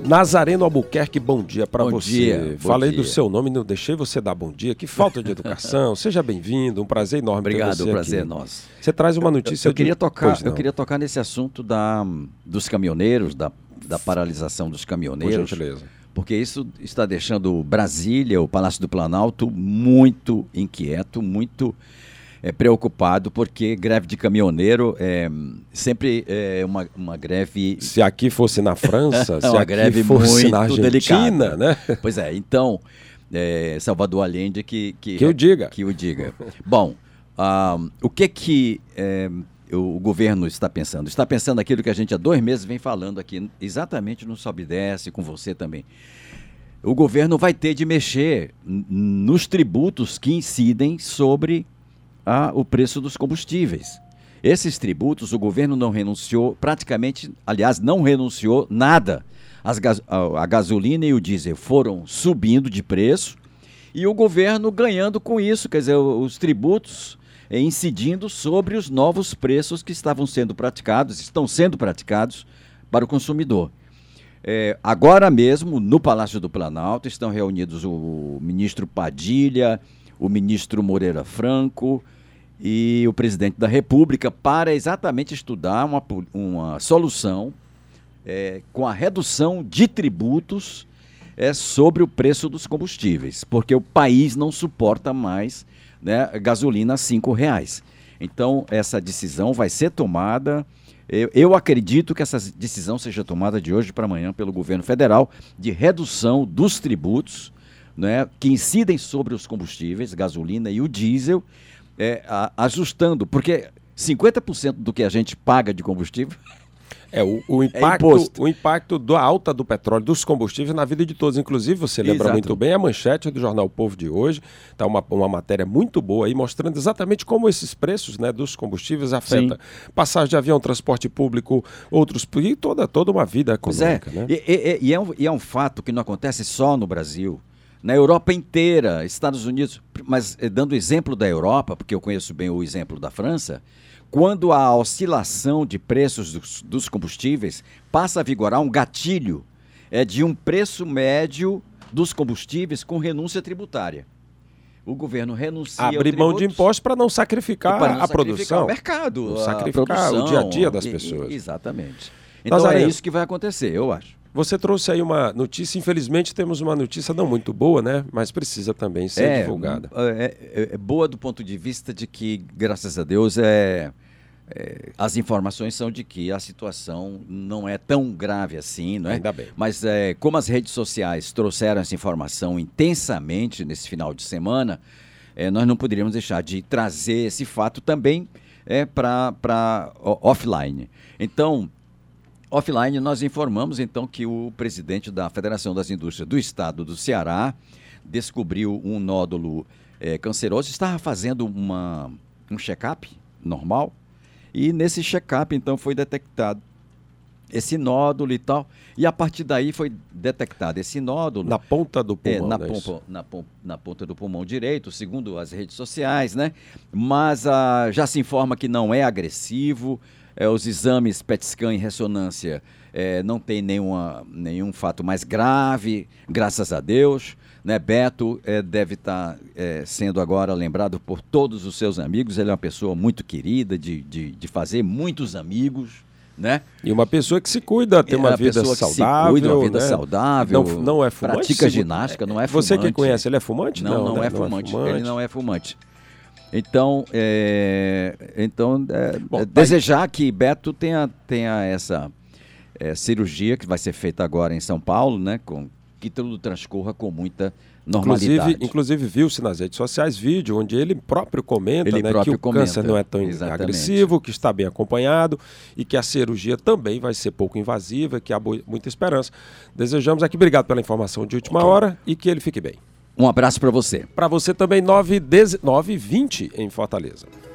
Nazareno Albuquerque, bom dia para você. Dia, Falei dia. do seu nome, não deixei você dar bom dia. Que falta de educação. Seja bem-vindo, um prazer enorme ter Obrigado, você o prazer é aqui. nosso. Você traz uma notícia Eu queria Pois não. eu queria tocar nesse assunto dos caminhoneiros, da paralisação dos Por caminhoneiros, gentileza. porque isso está deixando Brasília, o Palácio do Planalto, muito inquieto, muito preocupado, porque greve de caminhoneiro sempre é uma greve... Se aqui fosse na França, se uma aqui greve fosse muito na Argentina, delicada. né? Pois é, então, Salvador Allende que o diga. Que o diga. Bom, o que o governo está pensando? Está pensando aquilo que a gente há 2 meses vem falando aqui, exatamente no Sobe e Desce, com você também. O governo vai ter de mexer nos tributos que incidem sobre o preço dos combustíveis. Esses tributos, o governo não renunciou, praticamente, aliás, não renunciou nada. A gasolina e o diesel foram subindo de preço e o governo ganhando com isso, quer dizer, os tributos incidindo sobre os novos preços que estão sendo praticados para o consumidor. Agora mesmo, no Palácio do Planalto, estão reunidos o ministro Padilha, o ministro Moreira Franco e o presidente da República para exatamente estudar uma solução com a redução de tributos sobre o preço dos combustíveis, porque o país não suporta mais, né, gasolina a R$5. Então, essa decisão vai ser tomada, eu acredito que essa decisão seja tomada de hoje para amanhã pelo governo federal, de redução dos tributos, né, que incidem sobre os combustíveis, gasolina e o diesel, ajustando, porque 50% do que a gente paga de combustível o impacto da alta do petróleo, dos combustíveis na vida de todos. Inclusive, você lembra muito bem, a manchete do Jornal O Povo de hoje, está uma matéria muito boa aí, mostrando exatamente como esses preços, né, dos combustíveis afetam passagem de avião, transporte público, outros, e toda uma vida econômica. Né? E é um fato que não acontece só no Brasil. Na Europa inteira, Estados Unidos, mas dando exemplo da Europa, porque eu conheço bem o exemplo da França, quando a oscilação de preços dos combustíveis passa a vigorar um gatilho de um preço médio dos combustíveis com renúncia tributária. O governo renuncia abrir mão de impostos para não sacrificar a produção. O mercado, sacrificar o dia a dia das pessoas. Exatamente. Então Nazareno, é isso que vai acontecer, eu acho. Você trouxe aí uma notícia, infelizmente temos uma notícia não muito boa, né? Mas precisa também ser divulgada. É boa do ponto de vista de que, graças a Deus, as informações são de que a situação não é tão grave assim, não é? Ainda bem. Mas como as redes sociais trouxeram essa informação intensamente nesse final de semana, nós não poderíamos deixar de trazer esse fato também para offline. Então, offline, nós informamos então que o presidente da Federação das Indústrias do Estado do Ceará descobriu um nódulo canceroso, estava fazendo um check-up normal e nesse check-up então foi detectado esse nódulo e tal, e a partir daí foi detectado esse nódulo na ponta do pulmão, na ponta do pulmão direito, segundo as redes sociais, né? Mas já se informa que não é agressivo. Os exames PET scan e ressonância não tem nenhum fato mais grave, graças a Deus. Né? Beto deve estar sendo agora lembrado por todos os seus amigos. Ele é uma pessoa muito querida, de fazer muitos amigos. Né? E uma pessoa que se cuida, tem uma vida saudável. Se cuida, uma vida saudável. Não é fumante. Pratica ginástica, não é fumante. Você que conhece, ele é fumante? Não é fumante. Ele não é fumante. Então, desejar que Beto tenha essa cirurgia que vai ser feita agora em São Paulo, né, que tudo transcorra com muita normalidade. Inclusive viu-se nas redes sociais vídeo onde ele próprio comenta que o câncer não é tão agressivo, que está bem acompanhado e que a cirurgia também vai ser pouco invasiva, que há muita esperança. Desejamos aqui, obrigado pela informação de última hora e que ele fique bem. Um abraço para você. Para você também, 9h20 em Fortaleza.